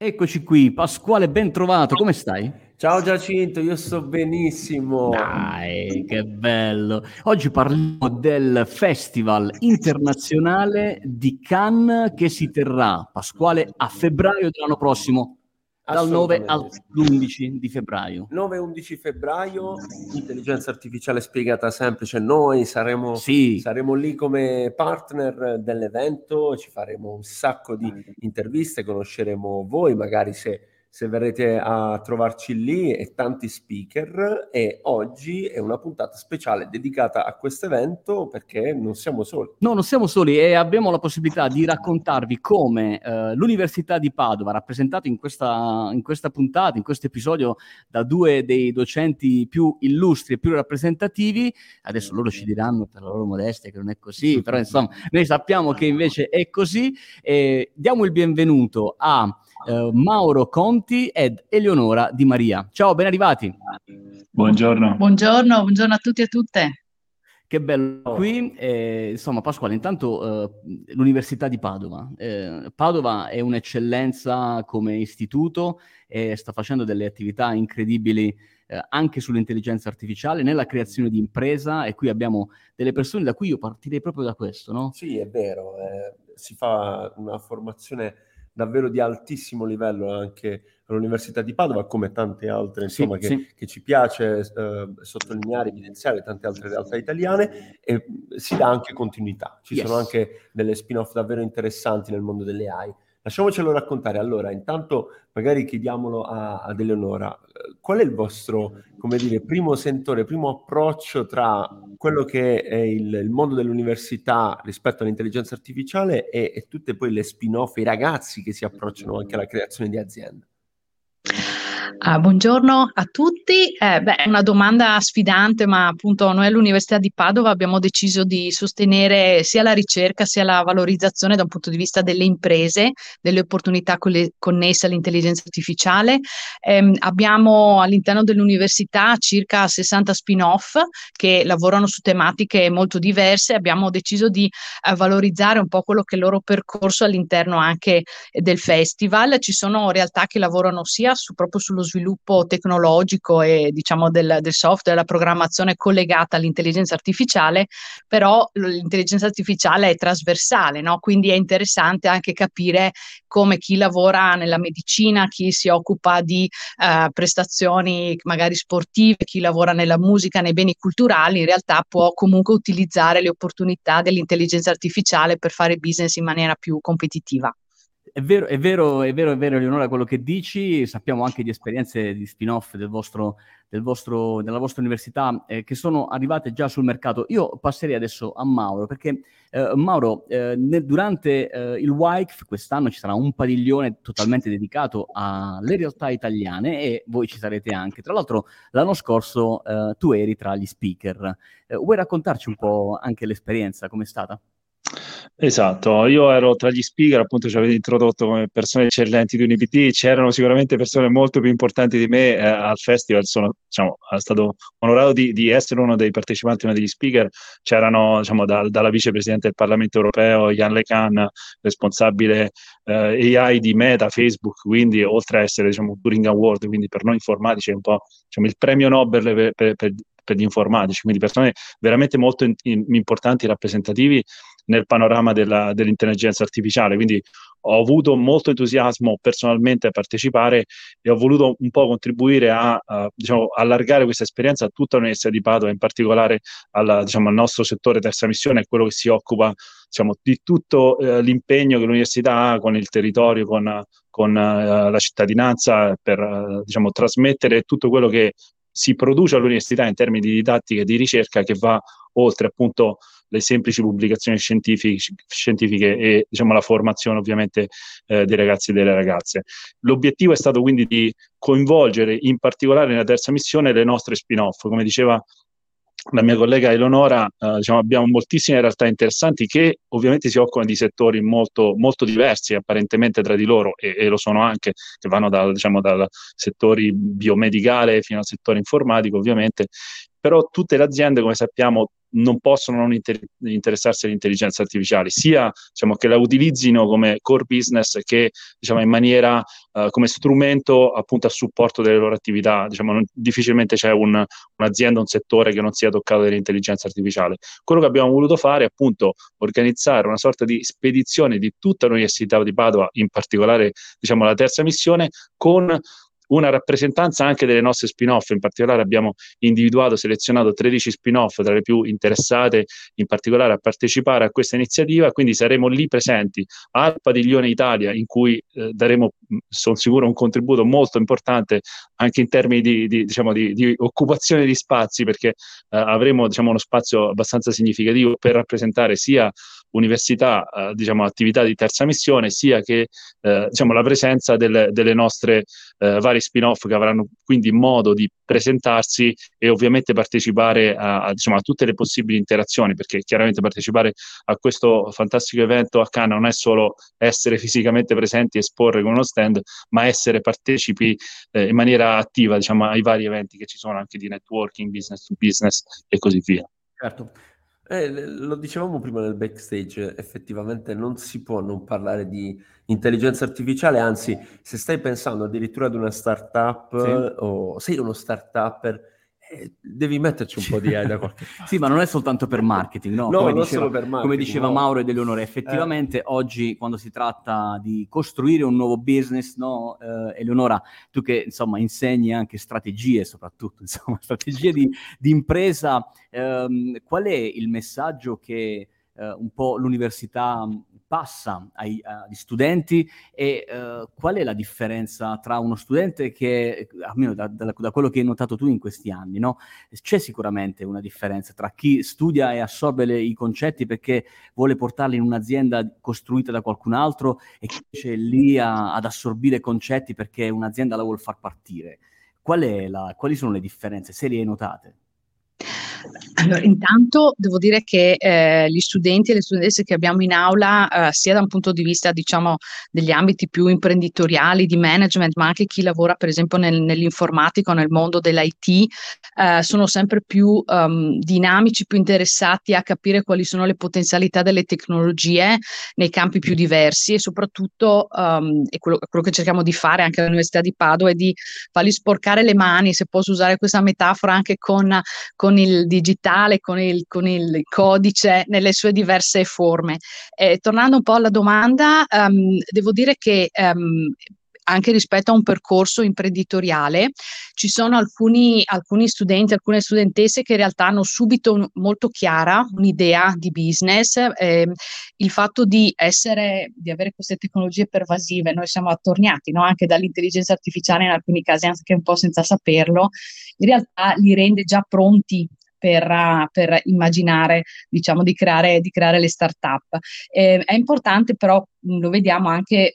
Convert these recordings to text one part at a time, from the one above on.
Eccoci qui, Pasquale, ben trovato, come stai? Ciao Giacinto, io sto benissimo. Dai, che bello. Oggi parliamo del Festival internazionale di Cannes che si terrà, Pasquale, a febbraio dell'anno prossimo, dal 9 Assolutamente sì. all'11 di febbraio. 9-11 febbraio, intelligenza artificiale spiegata semplice. Noi saremo, Sì, saremo lì come partner dell'evento, ci faremo un sacco di interviste, conosceremo voi, magari se verrete a trovarci lì e tanti speaker. E oggi è una puntata speciale dedicata a questo evento perché non siamo soli. no, non siamo soli e abbiamo la possibilità di raccontarvi come l'Università di Padova, rappresentato in questa puntata, in questo episodio, da due dei docenti più illustri e più rappresentativi, adesso loro ci diranno per la loro modestia che non è così, però insomma noi sappiamo che invece è così, e diamo il benvenuto a Mauro Conti ed Eleonora Di Maria. Ciao, ben arrivati. Buongiorno. Buongiorno a tutti e a tutte. Che bello qui, insomma Pasquale, intanto l'Università di Padova. Padova è un'eccellenza come istituto e sta facendo delle attività incredibili anche sull'intelligenza artificiale, nella creazione di impresa, e qui abbiamo delle persone da cui io partirei proprio da questo, no? Sì, è vero, si fa una formazione davvero di altissimo livello anche all'Università di Padova, come tante altre, insomma, Sì, sì. che ci piace sottolineare, evidenziare, tante altre realtà italiane, e si dà anche continuità. Ci sono Yes. anche delle spin-off davvero interessanti nel mondo delle AI. Lasciamocelo raccontare. Allora, intanto magari chiediamolo ad Eleonora, qual è il vostro, come dire, primo sentore, primo approccio tra quello che è il mondo dell'università rispetto all'intelligenza artificiale e tutte poi le spin-off, i ragazzi che si approcciano anche alla creazione di aziende? Buongiorno a tutti. È una domanda sfidante, ma appunto noi all'Università di Padova abbiamo deciso di sostenere sia la ricerca sia la valorizzazione da un punto di vista delle imprese, delle opportunità connesse all'intelligenza artificiale. Abbiamo all'interno dell'università circa 60 spin-off che lavorano su tematiche molto diverse. Abbiamo deciso di valorizzare un po' quello che è il loro percorso all'interno anche del festival. Ci sono realtà che lavorano sia proprio sullo sviluppo tecnologico e diciamo del software, della programmazione collegata all'intelligenza artificiale, però l'intelligenza artificiale è trasversale, no? Quindi è interessante anche capire come chi lavora nella medicina, chi si occupa di prestazioni magari sportive, chi lavora nella musica, nei beni culturali, in realtà può comunque utilizzare le opportunità dell'intelligenza artificiale per fare business in maniera più competitiva. È vero, è vero, è vero, è vero, Eleonora, quello che dici. Sappiamo anche di esperienze di spin-off della vostra università che sono arrivate già sul mercato. Io passerei adesso a Mauro, perché Mauro, durante il WICF quest'anno ci sarà un padiglione totalmente dedicato alle realtà italiane e voi ci sarete anche. Tra l'altro, l'anno scorso tu eri tra gli speaker. Vuoi raccontarci un po' anche l'esperienza, com'è stata? Esatto, io ero tra gli speaker, appunto ci avete introdotto come persone eccellenti di UniPT, c'erano sicuramente persone molto più importanti di me al festival, sono stato onorato di essere uno dei partecipanti, uno degli speaker. C'erano dalla vicepresidente del Parlamento europeo, Jan LeCun, responsabile AI di Meta, Facebook, quindi oltre a essere un Turing Award, quindi per noi informatici è un po' il premio Nobel per gli informatici, quindi persone veramente molto importanti e rappresentativi nel panorama dell'intelligenza artificiale. Quindi ho avuto molto entusiasmo personalmente a partecipare e ho voluto un po' contribuire a allargare questa esperienza a tutta l'Università di Padova, in particolare al nostro settore terza missione, quello che si occupa di tutto l'impegno che l'università ha con il territorio, con la cittadinanza, per trasmettere tutto quello che si produce all'università in termini di didattica e di ricerca, che va oltre appunto le semplici pubblicazioni scientifiche e la formazione ovviamente dei ragazzi e delle ragazze. L'obiettivo è stato quindi di coinvolgere in particolare nella terza missione le nostre spin-off. Come diceva la mia collega Eleonora, abbiamo moltissime realtà interessanti che ovviamente si occupano di settori molto, molto diversi apparentemente tra di loro, e lo sono anche, che vanno dal settori biomedicale fino al settore informatico ovviamente, però tutte le aziende, come sappiamo, non possono non interessarsi alle intelligenze artificiali, sia diciamo, che la utilizzino come core business che diciamo, in maniera come strumento appunto a supporto delle loro attività. Diciamo, difficilmente c'è un'azienda, un settore che non sia toccato dall'intelligenza artificiale. Quello che abbiamo voluto fare è appunto organizzare una sorta di spedizione di tutta l'Università di Padova, in particolare diciamo la terza missione, con una rappresentanza anche delle nostre spin-off. In particolare abbiamo selezionato 13 spin-off tra le più interessate in particolare a partecipare a questa iniziativa, quindi saremo lì presenti al Padiglione Italia, in cui daremo, sono sicuro, un contributo molto importante anche in termini di occupazione di spazi, perché avremo diciamo, uno spazio abbastanza significativo per rappresentare sia università, diciamo, attività di terza missione, sia che diciamo, la presenza delle nostre vari spin-off, che avranno quindi modo di presentarsi e ovviamente partecipare diciamo, a tutte le possibili interazioni, perché chiaramente partecipare a questo fantastico evento a Cannes non è solo essere fisicamente presenti e esporre con uno stand, ma essere partecipi in maniera attiva diciamo, ai vari eventi che ci sono anche di networking, business to business e così via. Certo. Lo dicevamo prima nel backstage, effettivamente non si può non parlare di intelligenza artificiale, anzi, se stai pensando addirittura ad una startup o sei uno startupper, devi metterci un po' di AI da qualche parte. Sì, ma non è soltanto per marketing, no? No, non solo per marketing. Come diceva Mauro ed Eleonora, effettivamente oggi quando si tratta di costruire un nuovo business, no? Eleonora, tu che insomma insegni anche strategie, soprattutto insomma strategie di impresa, qual è il messaggio che un po' l'università passa agli studenti e qual è la differenza tra uno studente che, almeno da quello che hai notato tu in questi anni, no? C'è sicuramente una differenza tra chi studia e assorbe i concetti perché vuole portarli in un'azienda costruita da qualcun altro e chi invece è lì ad assorbire concetti perché un'azienda la vuole far partire. Quali sono le differenze, se le hai notate? Allora, intanto devo dire che gli studenti e le studentesse che abbiamo in aula, sia da un punto di vista, diciamo, degli ambiti più imprenditoriali, di management, ma anche chi lavora, per esempio, nell'informatica o nel mondo dell'IT, sono sempre più dinamici, più interessati a capire quali sono le potenzialità delle tecnologie nei campi più diversi e soprattutto, e quello che cerchiamo di fare anche all'Università di Padova è di farli sporcare le mani, se posso usare questa metafora, anche con il digitale, con il codice nelle sue diverse forme. Tornando un po' alla domanda, devo dire che anche rispetto a un percorso imprenditoriale ci sono alcuni studenti, alcune studentesse che in realtà hanno subito molto chiara un'idea di business, il fatto di avere queste tecnologie pervasive, noi siamo attorniati, no? Anche dall'intelligenza artificiale in alcuni casi anche un po' senza saperlo, in realtà li rende già pronti per immaginare, diciamo, di creare le start-up. È importante però, lo vediamo anche,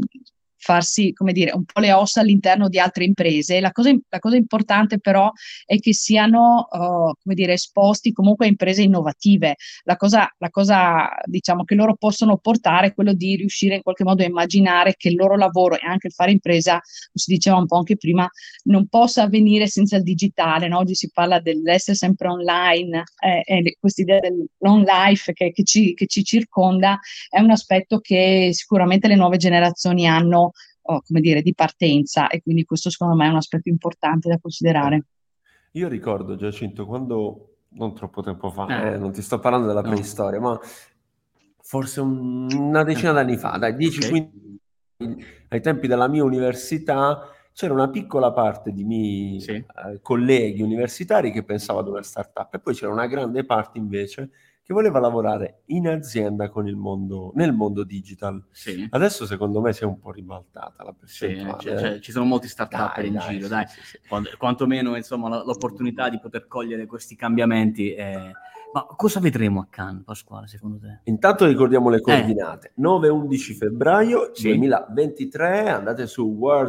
farsi, come dire, un po' le ossa all'interno di altre imprese. La cosa importante però è che siano, come dire, esposti comunque a imprese innovative. La cosa, diciamo, che loro possono portare è quello di riuscire in qualche modo a immaginare che il loro lavoro e anche il fare impresa, si diceva un po' anche prima, non possa avvenire senza il digitale, no? Oggi si parla dell'essere sempre online, e questa idea dell'on life che ci circonda è un aspetto che sicuramente le nuove generazioni hanno, come dire, di partenza, e quindi questo secondo me è un aspetto importante da considerare. Io ricordo, Giacinto, quando, non troppo tempo fa, non ti sto parlando della preistoria, ma forse una decina d'anni fa, dai, 10-15, ai tempi della mia università, c'era una piccola parte di miei colleghi universitari che pensava ad una startup e poi c'era una grande parte invece che voleva lavorare in azienda con nel mondo digital. Sì. Adesso secondo me si è un po' ribaltata la percentuale. Sì, ci sono molti start-up in giro, dai. Sì. Quantomeno insomma l'opportunità di poter cogliere questi cambiamenti. Ma cosa vedremo a Cannes, Pasquale, secondo te? Intanto ricordiamo le coordinate. 9-11 febbraio 2023, andate su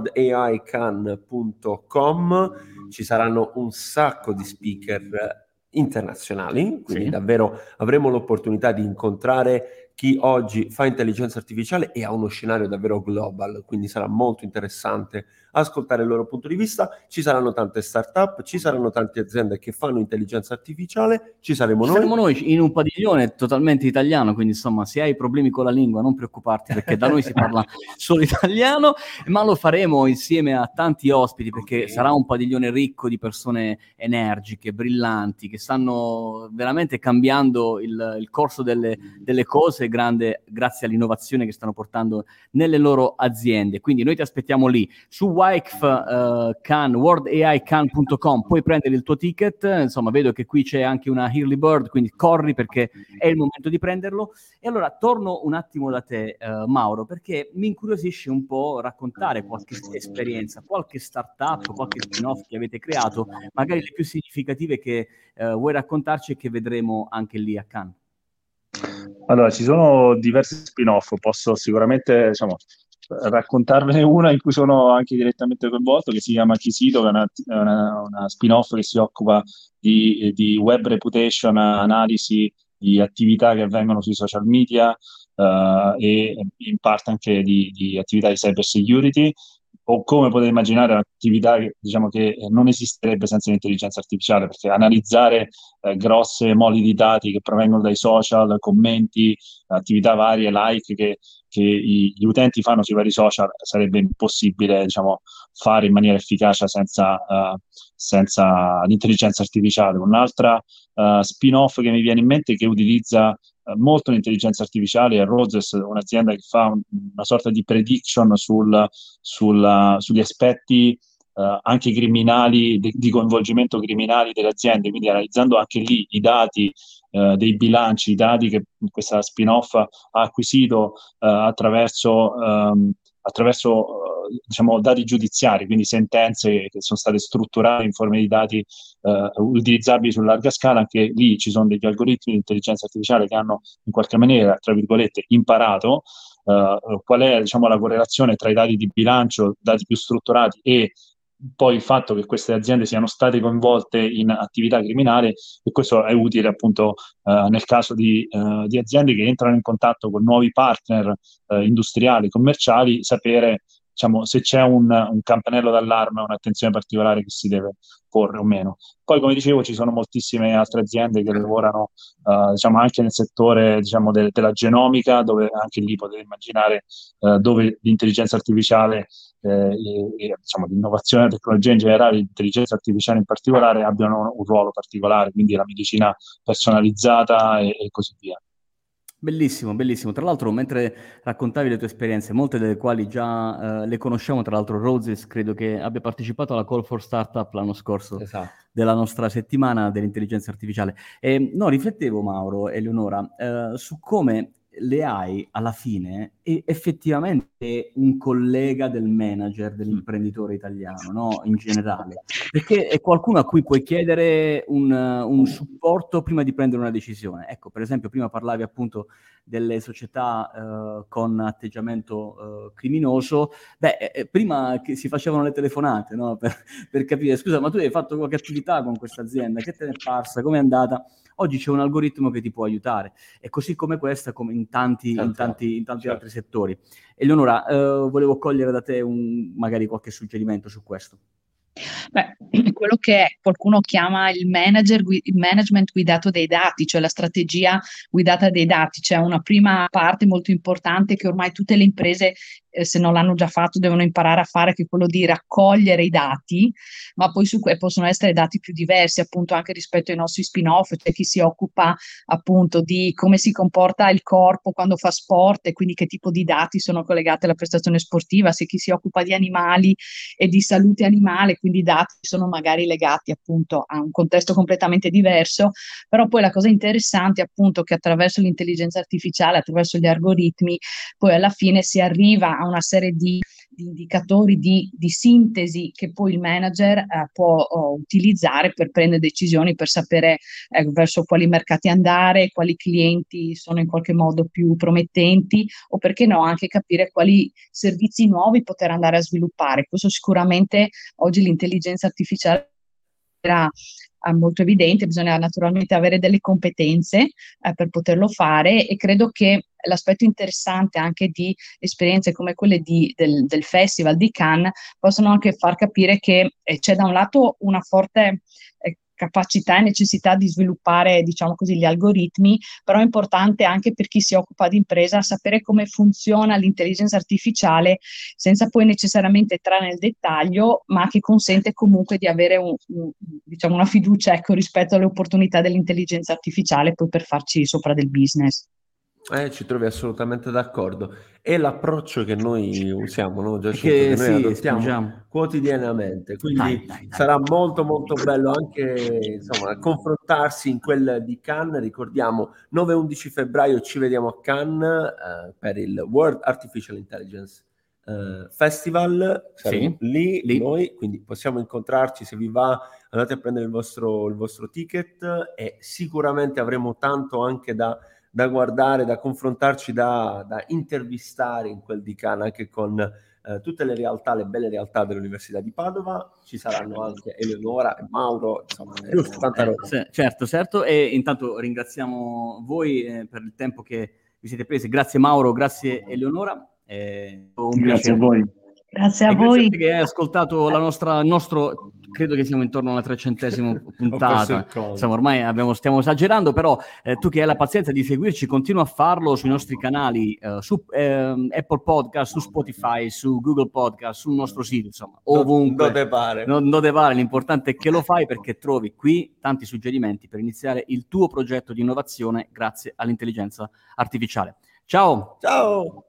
worldaicannes.com, ci saranno un sacco di speaker internazionali, quindi davvero avremo l'opportunità di incontrare chi oggi fa intelligenza artificiale e ha uno scenario davvero global, quindi sarà molto interessante ascoltare il loro punto di vista. Ci saranno tante start-up, ci saranno tante aziende che fanno intelligenza artificiale, ci saremo noi in un padiglione totalmente italiano, quindi insomma se hai problemi con la lingua non preoccuparti, perché da noi si parla solo italiano, ma lo faremo insieme a tanti ospiti, perché sarà un padiglione ricco di persone energiche, brillanti, che stanno veramente cambiando il corso delle cose grazie all'innovazione che stanno portando nelle loro aziende. Quindi noi ti aspettiamo lì su worldaican.com, puoi prendere il tuo ticket. Insomma, vedo che qui c'è anche una early bird, quindi corri perché è il momento di prenderlo. E allora torno un attimo da te, Mauro, perché mi incuriosisce un po' raccontare qualche esperienza, qualche startup, qualche spin-off che avete creato, magari le più significative che vuoi raccontarci e che vedremo anche lì a Cannes. Allora, ci sono diversi spin-off, posso sicuramente, diciamo, raccontarvene una in cui sono anche direttamente coinvolto, che si chiama Kisito, che è una spin-off che si occupa di web reputation, analisi di attività che avvengono sui social media, e in parte anche di attività di cyber security, o come potete immaginare un'attività che, diciamo, che non esisterebbe senza l'intelligenza artificiale, perché analizzare grosse mole di dati che provengono dai social, commenti, attività varie, like che gli utenti fanno sui vari social sarebbe impossibile, diciamo, fare in maniera efficace senza l'intelligenza artificiale. Un'altra spin-off che mi viene in mente, che utilizza molto l'intelligenza artificiale, è Roses, un'azienda che fa una sorta di prediction sugli aspetti anche criminali, di coinvolgimento criminali delle aziende, quindi analizzando anche lì i dati dei bilanci, i dati che questa spin-off ha acquisito attraverso diciamo, dati giudiziari, quindi sentenze che sono state strutturate in forme di dati utilizzabili su larga scala. Anche lì ci sono degli algoritmi di intelligenza artificiale che hanno in qualche maniera, tra virgolette, imparato qual è, diciamo, la correlazione tra i dati di bilancio, dati più strutturati, e poi il fatto che queste aziende siano state coinvolte in attività criminali, e questo è utile appunto nel caso di aziende che entrano in contatto con nuovi partner industriali, commerciali, sapere, diciamo, se c'è un campanello d'allarme, un'attenzione particolare che si deve porre o meno. Poi, come dicevo, ci sono moltissime altre aziende che lavorano diciamo, anche nel settore, diciamo, della genomica, dove anche lì potete immaginare dove l'intelligenza artificiale e diciamo, l'innovazione della tecnologia in generale, l'intelligenza artificiale in particolare, abbiano un ruolo particolare, quindi la medicina personalizzata e così via. Bellissimo, bellissimo. Tra l'altro, mentre raccontavi le tue esperienze, molte delle quali già le conosciamo, tra l'altro Roses credo che abbia partecipato alla Call for Startup l'anno scorso, esatto, della nostra settimana dell'intelligenza artificiale. No, riflettevo, Mauro e Eleonora, su come le AI alla fine è effettivamente un collega del manager, dell'imprenditore italiano, no? In generale, perché è qualcuno a cui puoi chiedere un supporto prima di prendere una decisione. Ecco, per esempio, prima parlavi appunto delle società con atteggiamento criminoso. Prima che si facevano le telefonate, no? per capire, scusa, ma tu hai fatto qualche attività con questa azienda, che te ne è parsa, come è andata? Oggi c'è un algoritmo che ti può aiutare, e così come questa, come in tanti altri settori. Eleonora, volevo cogliere da te magari qualche suggerimento su questo. Beh, quello che qualcuno chiama il management guidato dai dati, cioè la strategia guidata dai dati. C'è una prima parte molto importante che ormai tutte le imprese, se non l'hanno già fatto, devono imparare a fare, che è quello di raccogliere i dati, ma poi possono essere dati più diversi, appunto, anche rispetto ai nostri spin-off. C'è chi si occupa appunto di come si comporta il corpo quando fa sport, e quindi che tipo di dati sono collegati alla prestazione sportiva. C'è chi si occupa di animali e di salute animale, quindi i dati sono magari legati appunto a un contesto completamente diverso. Però poi la cosa interessante è appunto che attraverso l'intelligenza artificiale, attraverso gli algoritmi, poi alla fine si arriva a una serie di indicatori di sintesi che poi il manager può utilizzare per prendere decisioni, per sapere verso quali mercati andare, quali clienti sono in qualche modo più promettenti, o perché no anche capire quali servizi nuovi poter andare a sviluppare. Questo sicuramente oggi l'intelligenza artificiale molto evidente, bisogna naturalmente avere delle competenze per poterlo fare, e credo che l'aspetto interessante anche di esperienze come quelle del Festival di Cannes possono anche far capire che c'è da un lato una forte capacità e necessità di sviluppare, diciamo così, gli algoritmi, però è importante anche per chi si occupa di impresa sapere come funziona l'intelligenza artificiale senza poi necessariamente entrare nel dettaglio, ma che consente comunque di avere diciamo una fiducia, ecco, rispetto alle opportunità dell'intelligenza artificiale poi per farci sopra del business. Ci trovi assolutamente d'accordo. È l'approccio che noi usiamo, no, Giacinto? Che Che noi sì, adottiamo spingiamo. quotidianamente. Quindi Dai. sarà molto molto bello anche, insomma, confrontarsi in quel di Cannes. Ricordiamo, 9-11 febbraio ci vediamo a Cannes per il World Artificial Intelligence Festival. Saremo lì noi, quindi possiamo incontrarci. Se vi va, andate a prendere il vostro ticket, e sicuramente avremo tanto anche da guardare, da confrontarci, da intervistare in quel di Cannes, anche con tutte le realtà, le belle realtà dell'Università di Padova. Ci saranno anche Eleonora e Mauro, insomma, tanta roba. Certo, e intanto ringraziamo voi per il tempo che vi siete presi. Grazie Mauro, grazie Eleonora. Grazie a voi. Grazie a Grazie voi. a te che hai ascoltato il nostro, credo che siamo intorno alla 300ª puntata. Insomma, ormai stiamo esagerando, però tu che hai la pazienza di seguirci, continua a farlo sui nostri canali, su Apple Podcast, su Spotify, su Google Podcast, sul nostro sito, insomma, ovunque. Non te pare, l'importante è che lo fai, perché trovi qui tanti suggerimenti per iniziare il tuo progetto di innovazione grazie all'intelligenza artificiale. Ciao!